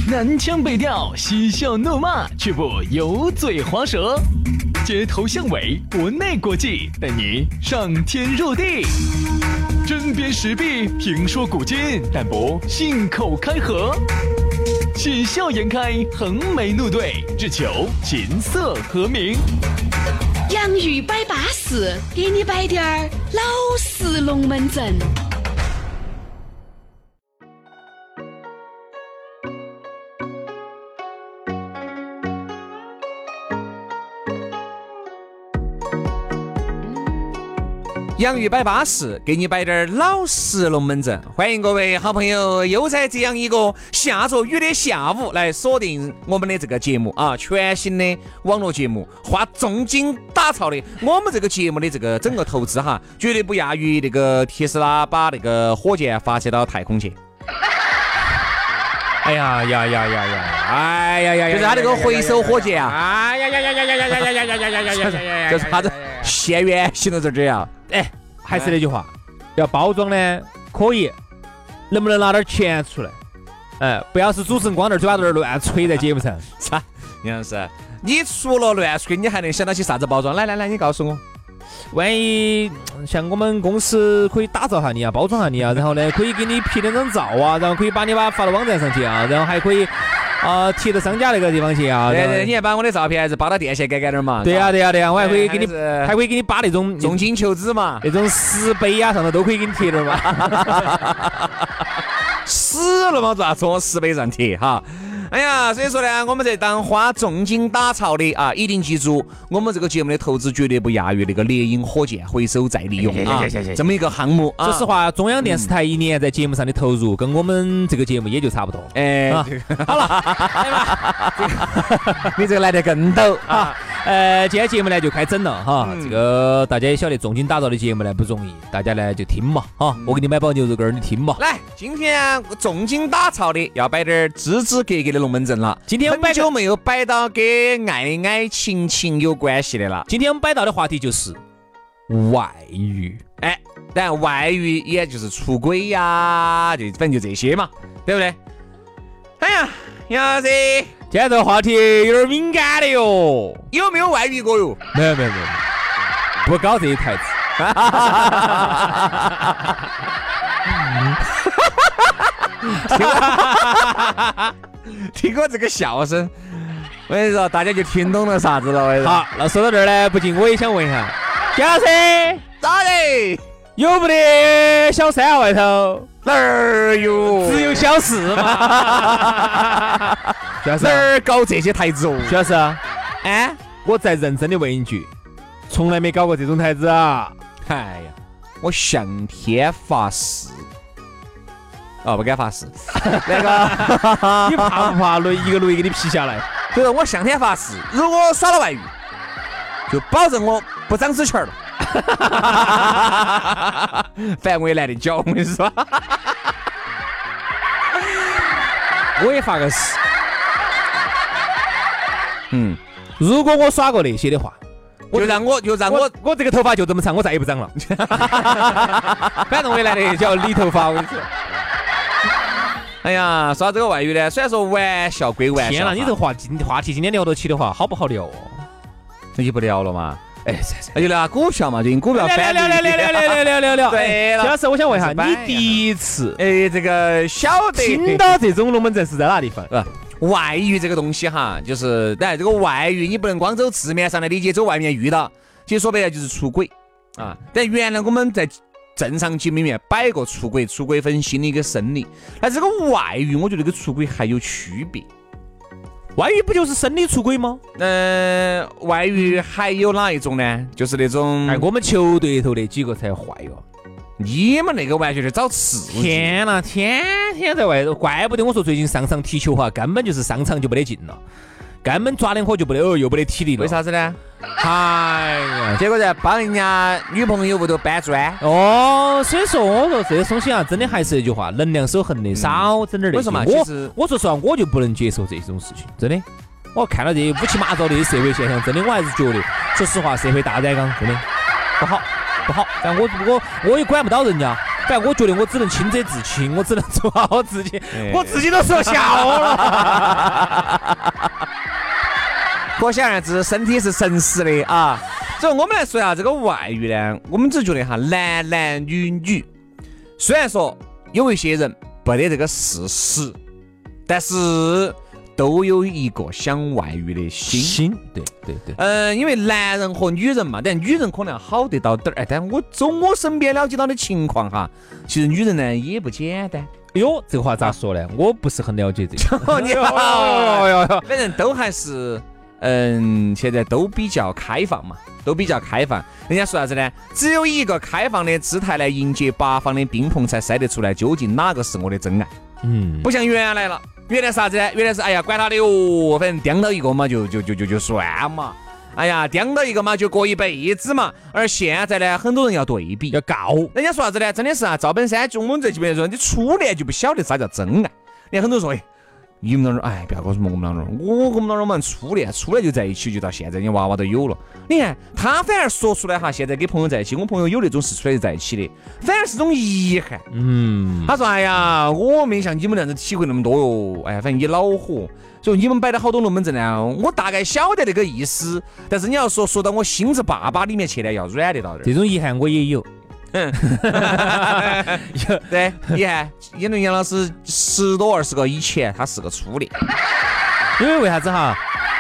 南腔北调，嬉笑怒骂，却不油嘴滑舌。街头巷尾，国内国际，带你上天入地。针砭时弊，评说古今，但不信口开河。喜笑颜开，横眉怒对，只求琴瑟和鸣。 洋芋摆巴士，给你摆点儿老式龙门阵。 洋芋摆巴士，给你摆点老实龙门阵。欢迎各位好朋友又在这样一个下着雨的下午来锁定我们的这个节目啊，全新的网络节目，花重金打造的。我们这个节目的这个整个投资哈，绝对不亚于那个特斯拉把那个火箭发射到太空去。 哎呀， 就是他那个回收火箭啊， 哎呀， 就是他的现原形都是这样。 哎，还是那句话，要包装呢可以，能不能拿点钱出来？哎，不要是主持人光在嘴巴头乱吹在节目上。 啥？杨老师，你除了乱吹，你还能想到起啥子包装？来，你告诉我。 万一像我们公司可以打造下你啊，包装下你啊，然后呢可以给你拍2张照啊，然后可以把你发到网站上去啊，然后还可以贴到商家那个地方去啊。 对，你还把我的照片还是包到电线杆杆点嘛？ 对呀，我还可以给你，还可以给你把那种重金求子嘛， 那种石碑啊上头都可以给你贴点嘛。 死了嘛，咋从石碑上贴哈？哎呀，所以说呢，我们这档花重金打造的啊，一定记住，我们这个节目的投资绝对不亚于那个猎鹰火箭回收再利用啊，这么一个项目。 说实话，中央电视台一年在节目上的投入，跟我们这个节目也就差不多。好了， 你这个来得更陡啊！ 今天节目呢就开整了哈，这个大家也晓得，重金打造的节目呢不容易，大家呢就听嘛哈，我给你买包牛肉干，你听嘛。 来，今天重金打造的要摆点支支格格的龙门阵了。今天很久没有摆到跟爱爱情情有关系的了。 今天我们摆到的话题就是外遇。 哎，但外遇也就是出轨呀，就反正就这些嘛，对不对？哎呀，杨老师， 今天这个话题有点敏感的哟。 有没有外遇过哟？ 没有，不搞这一台子。 听我这个笑声，我跟你说，大家就听懂了啥子了。 好，那说到这儿呢，不禁我也想问一下，姜老师， 咋的？ 有不得小三啊？外头哪儿有？ 只有小四嘛。 哪儿搞这些台子哦？ 徐老师，哎，我再认真的问一句，从来没搞过这种台子啊！ 哎呀，我向天发誓。哦，不敢发誓。那个， 你怕不怕一个雷给你劈下来？ 就是我向天发誓，如果耍了外遇，就保证我不长指拳了。反正我也懒得教，我跟你说。 我也发个誓。如果我耍过那些的话， 就让我这个头发就这么长，我再也不长了。反正我也懒得叫理头发，我跟你说。 哎呀，说到这个外遇呢，虽然说玩笑归玩笑， 天哪，你这个话题今天聊得起的话，好不好聊哦？ 那就不聊了嘛。哎，那就聊股票嘛，最近股票翻聊。 对了， 徐老师，我想问一下，你第一次这个晓得听到这种龙门阵是在哪地方？ 外遇这个东西哈，就是当然这个外遇你不能光走字面上来理解，走外面遇到，其实说白了就是出轨啊。但原来我们在正常节目里面摆过出轨分心的一个生理，那这个外遇我觉得跟出轨还有区别。 外遇不就是生理出轨吗？ 外遇还有哪一种呢？就是那种我们球队头那几个才坏哟。 你们那个完全是找刺激。 天哪，天天在外头，怪不得我说最近上场踢球哈，根本就是上场就没得劲了，根本抓点火就不得又没得体力了。 为啥子呢？ 哎呀， 结果在帮人家女朋友屋头搬砖。 所以说我说这个东西啊，真的还是那句话，能量守恒的，少整点那些。为什么？我说实话，我就不能接受这种事情，真的。我看到这些乌七八糟的社会现象，真的我还是觉得，说实话，社会大染缸真的不好。但我也管不到人家， 反正我觉得我只能清者自清，我只能做好我自己，我自己都说笑了。 可想而知，身体是诚实的啊。所以我们来说一下这个外遇呢，我们只觉得哈，男男女女，虽然说有一些人不得这个事实，但是都有一个想外遇的心。 对。 因为男人和女人嘛，但女人可能好得到点儿，但我从我身边了解到的情况哈，其实女人呢也不简单。 哟，这个话咋说呢？我不是很了解这个。 你好，反正都还是现在都比较开放嘛，都比较开放。人家说啥子呢？只有一个开放的姿态来迎接八方的宾朋，才筛得出来究竟哪个是我的真爱。不像原来了。原来啥子呢？原来是哎呀，管他的哟，反正叼到一个嘛就算嘛，哎呀，叼到一个嘛就过一辈子嘛。而现在呢，很多人要对比， 要告。 人家说啥子呢？真的是啊，赵本山就我们这几辈人说，你初恋就不晓得啥叫真爱。你看很多人说，你们那儿哎，不要告诉我们那儿，我们那儿嘛初恋就在一起，就到现在，你娃娃都有了。你看他反而说出来哈，现在跟朋友在一起，我朋友有那种是出来就在一起的，反而是种遗憾。他说哎呀，我没像你们那样子体会那么多哟，哎呀，反正也恼火。所以你们摆的好多龙门阵呢，我大概晓得那个意思，但是你要说到我心子爸爸里面去呢，要软得到点。 这种遗憾我也有。 对，你看演伦杨老师10多20个以前他是个初恋， 因为为啥子哈？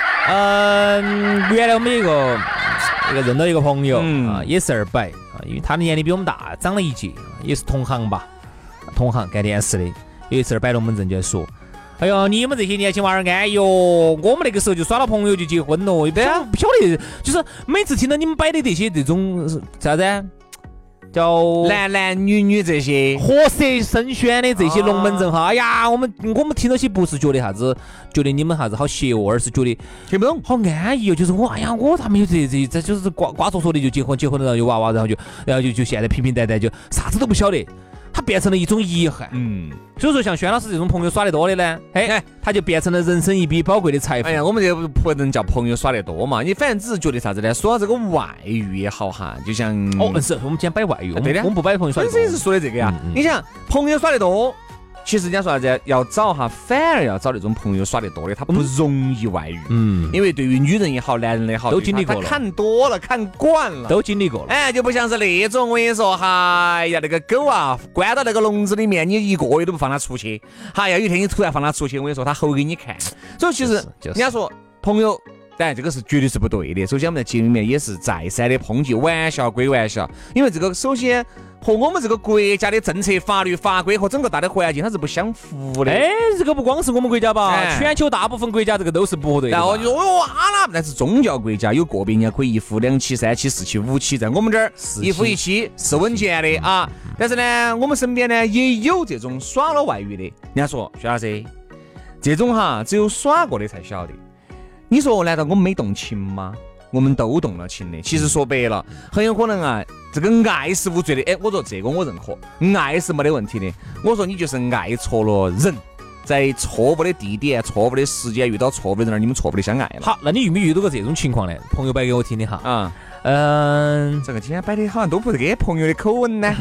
原来我们有一个认到一个朋友也是200因为他的年龄比我们大，长了一届，也是同行吧，同行干电视的。有一次摆龙门阵就说：“哎呦，你们这些年轻娃儿安逸哟，我们那个时候就耍了朋友就结婚了，不晓得，就是每次听到你们摆的这些这种啥子？”叫男男女女这些活色生宣的这些龙门阵哈，哎呀，我们听到起不是觉得啥子，觉得你们啥子好邪恶，而是觉得听不懂， 好安逸哦。就是我，哎呀，我咋没有这就是瓜戳戳的就结婚了，然后有娃娃，然后就现在平平淡淡，就啥子都不晓得。它变成了一种遗憾，所以说像轩老师这种朋友耍得多的呢，他就变成了人生一笔宝贵的财富。 哎呀，我们这不能叫朋友耍得多嘛，你反正只是觉得啥子呢？说到这个外遇也好哈，就像是我们今天摆外遇， 对的， 我们不摆朋友耍得多， 本身是说的这个呀。你想朋友耍得多，其实人家说啥子，要找哈，反而要找那种朋友耍得多的，他不容易外遇。因为对于女人也好，男人也好， 都经历过了， 看多了，看惯了， 都经历过了。 哎，就不像是那种我跟你说，哎呀，那个狗啊，关到那个笼子里面，你一个月都不放它出去。哎呀，有一天你突然放它出去，我跟你说，它吼给你看。所以其实人家说朋友，当然这个是绝对是不对的。首先我们在节目里面也是再三的抨击，玩笑归玩笑，因为这个首先和我们这个国家的政策、法律、法规和整个大的环境它是不相符的。 哎，这个不光是我们国家吧，全球大部分国家这个都是不对的。 然后就说哇啦，但是宗教国家有个别人家可以1夫2妻3妻4妻5妻，在我们这儿1夫1妻是稳健的啊。但是呢，我们身边呢也有这种耍了外遇的。人家说徐老师，这种哈只有耍过的才晓得。你说难道我们没动情吗？我们都动了情的。其实说白了，很有可能啊，这个爱是无罪的。哎，我说这个我认可，爱是没得问题的。我说你就是爱错了人，在错误的地点、错误的时间遇到错误的人，你们错误的相爱了。 好，那你遇没遇到过这种情况呢？朋友摆给我听的哈。 这个今天摆的好像都不是给朋友的口吻呢。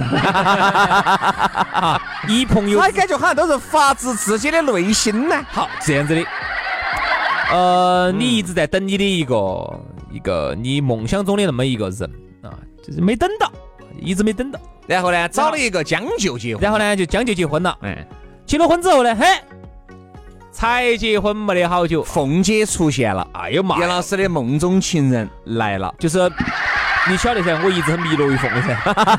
以朋友， 我感觉好像都是发自自己的内心呢。 好，这样子的。你一直在等你的一个你梦想中的那么一个人啊，就是没等到，一直没等到。 然后呢，找了一个将就结婚， 然后呢就将就结婚了。结了婚之后呢，才结婚没得好久， 凤姐出现了。 哎呦妈！ 叶老师的梦中情人来了， 就是你晓得噻，我一直很迷罗玉凤的噻，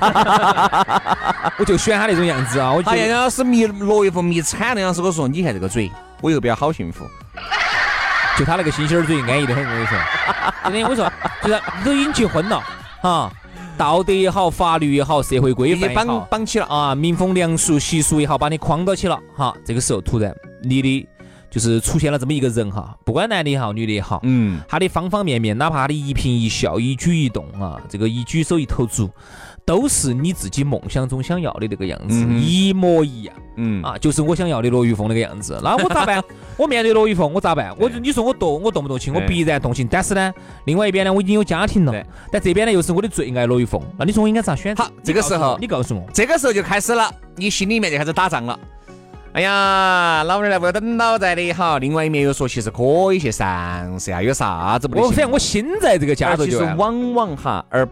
我就喜欢他那种样子啊。 哎呀，要是迷罗玉凤迷惨了，要是我说你看这个嘴，我以后比较好幸福。 就他那个星星儿嘴安逸的很，我跟你说，真的，我说就是都已经结婚了哈，道德也好，法律也好，社会规范也好， 绑起了啊，民风良俗习俗也好，把你框到起了哈。这个时候突然你的就是出现了这么一个人哈，不管男的也好，女的也好，他的方方面面，哪怕他的一颦一笑、一举一动啊，这个一举手一投足， 都是你自己梦想中想要的那个样子，一模一样。就是我想要的罗玉凤那个样子。那我咋办？我面对罗玉凤，我咋办？你说我动不动情？我必然动情。但是呢，另外一边呢，我已经有家庭了。但这边呢，又是我的最爱罗玉凤。那你说我应该咋选择？ 好，这个时候你告诉我， 这个时候就开始了，你心里面就开始打仗了。哎呀，老娘来不等到在的好。另外一面又说，其实可以去尝试下，有啥子不行？ 我想我心在这个家头就。 其实往往哈，而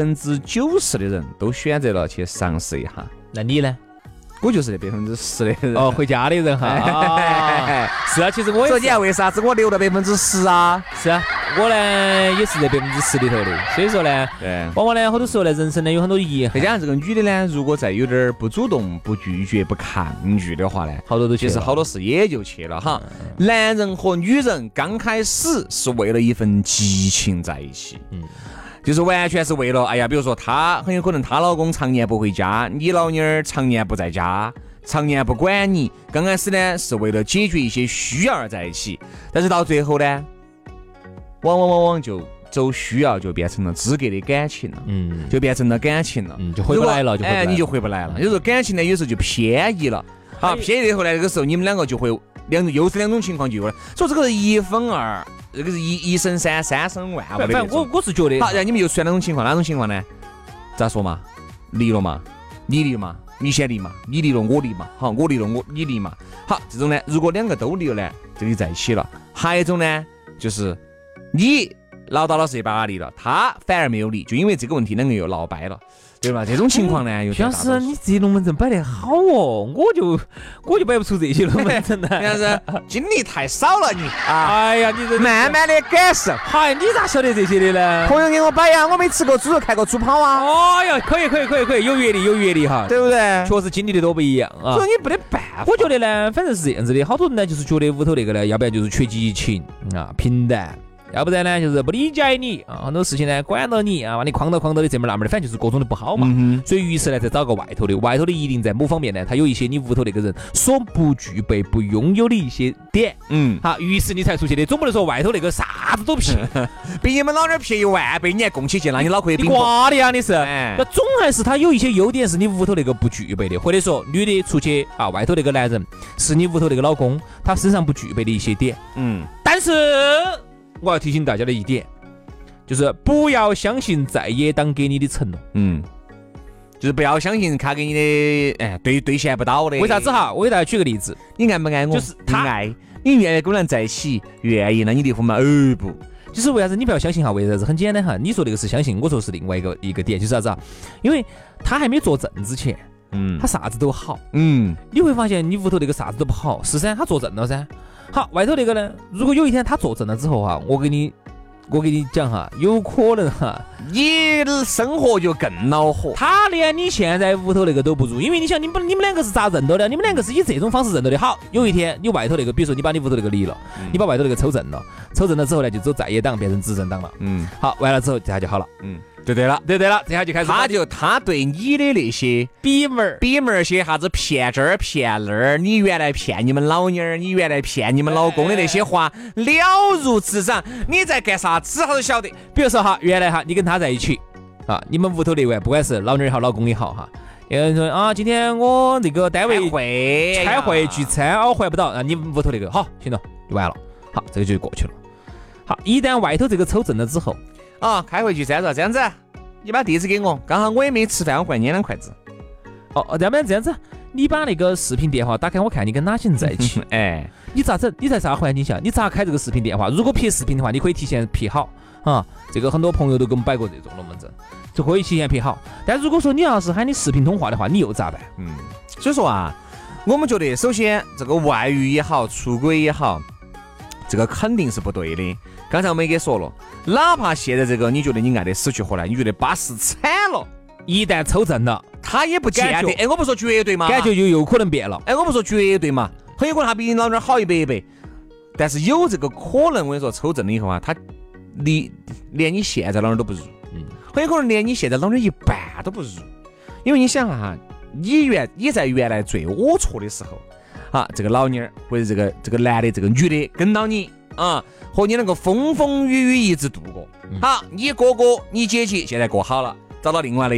90%的人都选择了去尝试一下。 那你呢？ 我就是那10%的人哦，回家的人哈。是啊，其实我也是。 说你为啥子我留了10%啊？ 是啊，我呢也是在10%里头的。所以说呢，往往呢好多时候呢，人生呢有很多遗憾。 再加上这个女的呢，如果再有点不主动、不拒绝、不抗拒的话呢， 好多都其实好多事也就去了哈。男人和女人刚开始是为了一份激情在一起。就是完全是为了，哎呀，比如说她很有可能她老公常年不回家，你老妞儿常年不在家，常年不管你。刚开始呢是为了解决一些需要而在一起，但是到最后呢，往往就走需要就变成了资格的感情了，就变成了感情了， 就回不来了， 你就回不来了。有时候感情呢有时候就偏移了，好，偏移以后呢，这个时候你们两个就会又是两种情况就有了。所以这个是1分2。这个是一生3，三生万。 反正我是觉得， 好，让你们又出现那种情况，哪种情况呢？咋说嘛？离了嘛？你离嘛？你先离嘛？你离了我离嘛？好，我离了你离嘛？好，这种呢，如果两个都离了呢，这就在一起了。还有一种呢，就是你闹到了是把他离了，他反而没有离，就因为这个问题两个又闹掰了。对吧？这种情况呢，有像是你这些龙门阵摆得好哦，我就摆不出这些龙门阵来。 像是经历太少了你啊！ 哎呀，你这慢慢的感受。 嗨，你咋晓得这些的呢？ 朋友给我摆呀，我没吃过猪肉，看过猪跑啊。 哎呀，可以，有阅历哈， 对不对？ 确实经历的多不一样啊。 所以你没得办法。 我觉得呢，反正是这样子的，好多人呢就是觉得屋头那个呢，要不然就是缺激情啊，平淡。要不然呢，就是不理解你啊，很多事情呢管到你啊，把你框到的这门那门的，反正就是各种的不好嘛。所以于是呢，再找个外头的一定在某方面呢，他有一些你屋头那个人所不具备、不拥有的一些点。好，于是你才出去的，总不能说外头那个啥子都撇， 比你们老娘撇1万倍，你还供起去，那你脑壳也冰瓜的呀，你是。那总还是他有一些优点是你屋头那个不具备的，或者说女的出去啊，外头那个男人是你屋头那个老公他身上不具备的一些点。但是。我要提醒大家的一点，就是不要相信在野党给你的承诺， 就是不要相信他给你的，兑现不到的。 为啥子哈？我给大家举个例子， 你爱不爱我？就是他爱你，愿意跟人在一起，愿意，那你离婚吗？不， 就是为啥子你不要相信哈？为啥子？很简单哈，你说那个是相信，我说是另外一个点，就是啥子啊？因为他还没做正之前，他啥子都好，你会发现你屋头那个啥子都不好，是噻，他做正了噻。好，外头那个呢？如果有一天他做正了之后哈，我给你讲哈，有可能哈， 你的生活就更恼火。 他连你现在屋头那个都不如，因为你想，你们两个是咋认到的？你们两个是以这种方式认到的。好，有一天你外头那个，比如说你把你屋头那个离了，你把外头那个抽正了之后呢，就走在野党变成执政党了。好，完了之后这下就好了。对了，这下就开始。 他对你的那些比门些啥子骗这儿骗那儿，你原来骗你们老妞儿，你原来骗你们老公的那些话了如指掌，你在干啥子他都晓得。 比如说哈，原来哈你跟他在一起啊，你们屋头那位不管是老妞也好，老公也好哈，有人说啊，今天我这个单位开会聚餐我还不到，你屋头那个好行了就完了，好这个就过去了。好，一旦外头这个抽正了之后。 开回去这样子，你把地址给我，刚好我也没吃饭，我过来捏2筷子。 要不然这样子，你把那个视频电话打开，我看你跟哪些人在一起。你咋整？你在啥环境下？你咋开这个视频电话？如果拍视频的话，你可以提前拍好啊。这个很多朋友都给我们摆过这种龙门阵，就可以提前拍好。但如果说你要是喊你视频通话的话，你又咋办？ 所以说啊，我们觉得首先这个外遇也好，出轨也好，这个肯定是不对的。刚才我们也给说了，哪怕现在这个你觉得你爱得死去活来，你觉得巴适惨了， 一旦抽正了， 他也不见得。我不说绝对嘛， 感觉就有可能变了。 我不说绝对嘛，很有可能他比你老娘好100倍，但是有这个可能。我跟你说，抽正了以后啊，他连你现在老娘都不如，很有可能连你现在老娘一半都不如。因为你想哈，你在原来最龌龊的时候这个老妞或者这个男的这个女的跟到你和你那个风风雨雨一直度过。好，你哥哥你姐姐现在过好了，找到另外的一个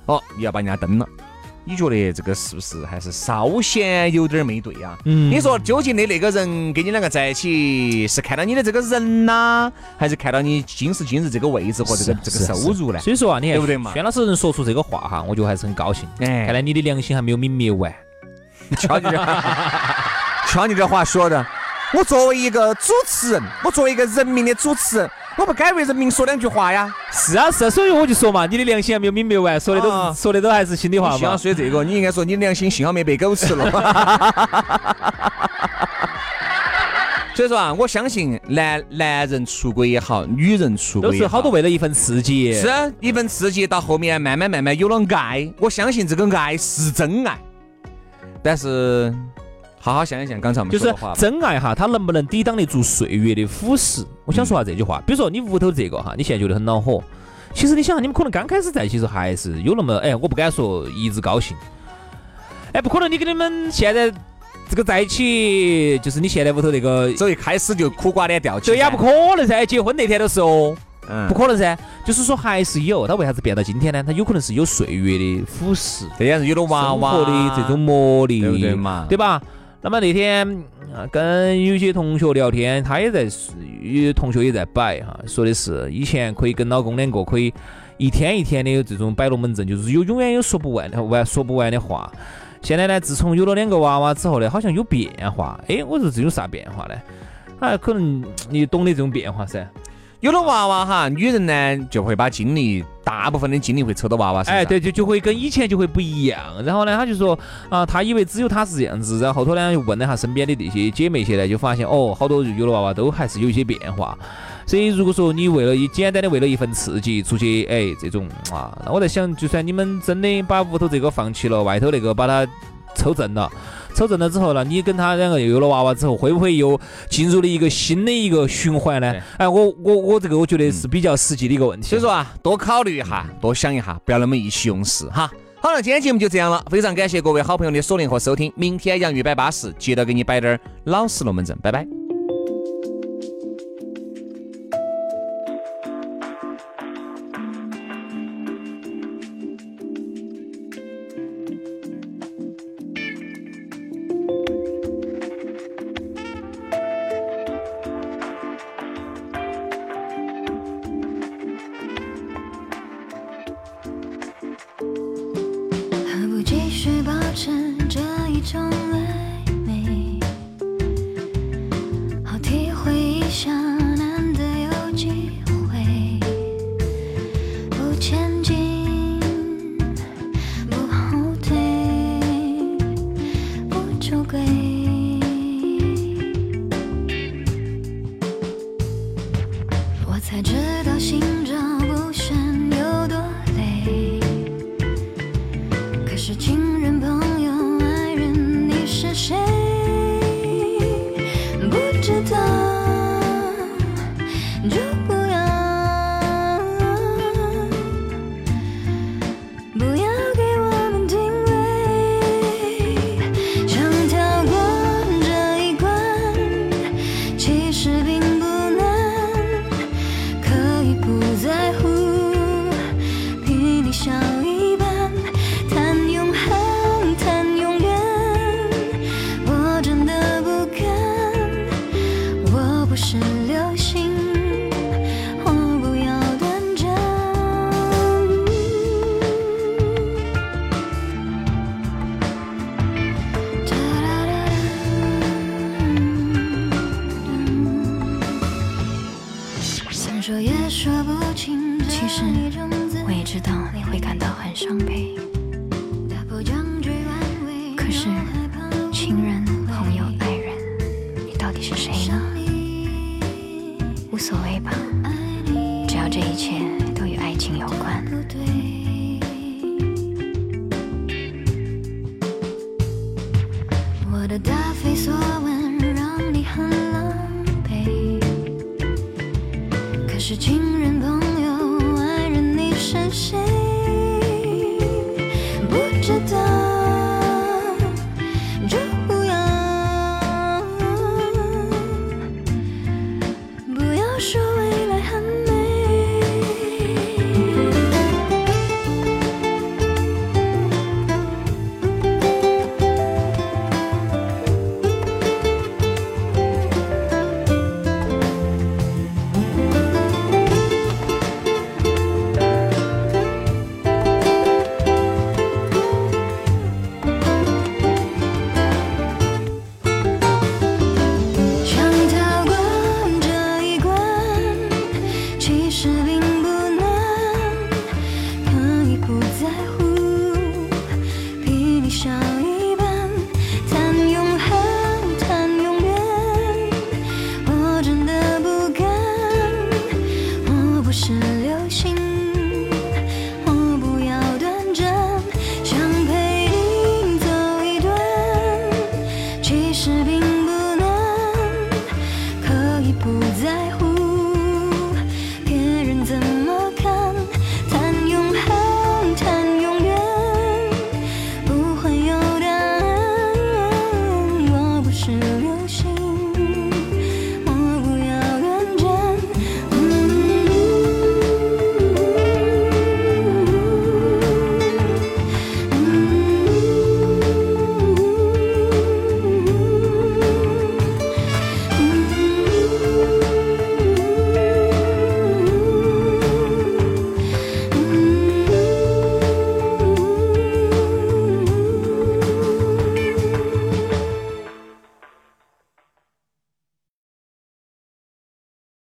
哦，你要把人家蹬了。你觉得这个是不是还是稍显有点没对啊？你说究竟的那个人跟你两个在一起，是看到你的这个人呐，还是看到你今时今日这个位置和这个收入呢？ 所以说啊，你看对不对嘛？ 轩老师能说出这个话哈，我觉得还是很高兴。看来你的良心还没有泯灭完。 瞧你这话说的，我作为一个主持人，我作为一个人民的主持人，我不该为人民说两句话呀？ 是啊，所以我就说嘛，你的良心还没有泯灭完，说的都还是心里话嘛。 幸好说这个，你应该说你的良心幸好没被狗吃了。所以说啊，我相信男人出轨也好，女人出轨也好， 都是好多为了一份刺激， 是一份刺激，到后面慢慢有了爱，我相信这个爱是真爱。但是好好想一想刚才我们说的话， 就是真爱哈，它能不能抵挡得住岁月的腐蚀？我想说下这句话，比如说你屋头这个哈，你现在觉得很恼火，其实你想，你们可能刚开始在一起时候还是有那么我不敢说一直高兴，不可能你跟你们现在这个在一起，就是你现在屋头那个， 走一开始就苦瓜脸吊起， 对呀，不可能噻，结婚那天都是哦。不可能噻，就是说还是有，他为啥子变到今天呢？他有可能是有岁月的腐蚀， 这样是有了娃娃生活的这种磨砺， 对不对嘛？ 对吧？那么那天跟有些同学聊天，他也在，有同学也在摆哈，说的是以前可以跟老公两个可以一天一天的有这种摆龙门阵，就是永远有说不完的话。现在呢，自从有了2个娃娃之后呢，好像有变化。我说这有啥变化呢？可能你懂得这种变化噻。 有了娃娃哈，女人呢就会把大部分的精力会抽到娃娃身上。 对，就会跟以前就会不一样。然后呢，他就说他以为只有他是这样子，然后后头呢又问了下身边的这些姐妹些呢，就发现好多有了娃娃都还是有一些变化。所以如果说你简单的为了一份刺激出去这种那我在想，就算你们真的把屋头这个放弃了，外头那个把它抽正了之后呢，你跟他两个又有了娃娃之后，会不会又进入了一个新的一个循环呢？我这个我觉得是比较实际的一个问题。 所以说多考虑一下，多想一下，不要那么意气用事哈。好了，今天节目就这样了，非常感谢各位好朋友的锁定和收听。明天洋芋摆巴士，接着给你摆点老实龙门阵，拜拜。 才知道心照不宣有多累，可是亲人朋友爱人你是谁不知道，就不要给我们定位，想跳过这一关其实并不难，可以不在乎比你小一半，谈永恒谈永远我真的不敢，我不是流星我不要断章，想说也说不清，其实我也知道你会感到很伤悲，可是亲人朋友爱人你到底是谁呢？无所谓吧，只要这一切都与爱情有关。我的答非所问让你很狼狈，可是亲人朋友爱人你是谁不知道，就不要说未来很美。 实并不难，可以不在乎。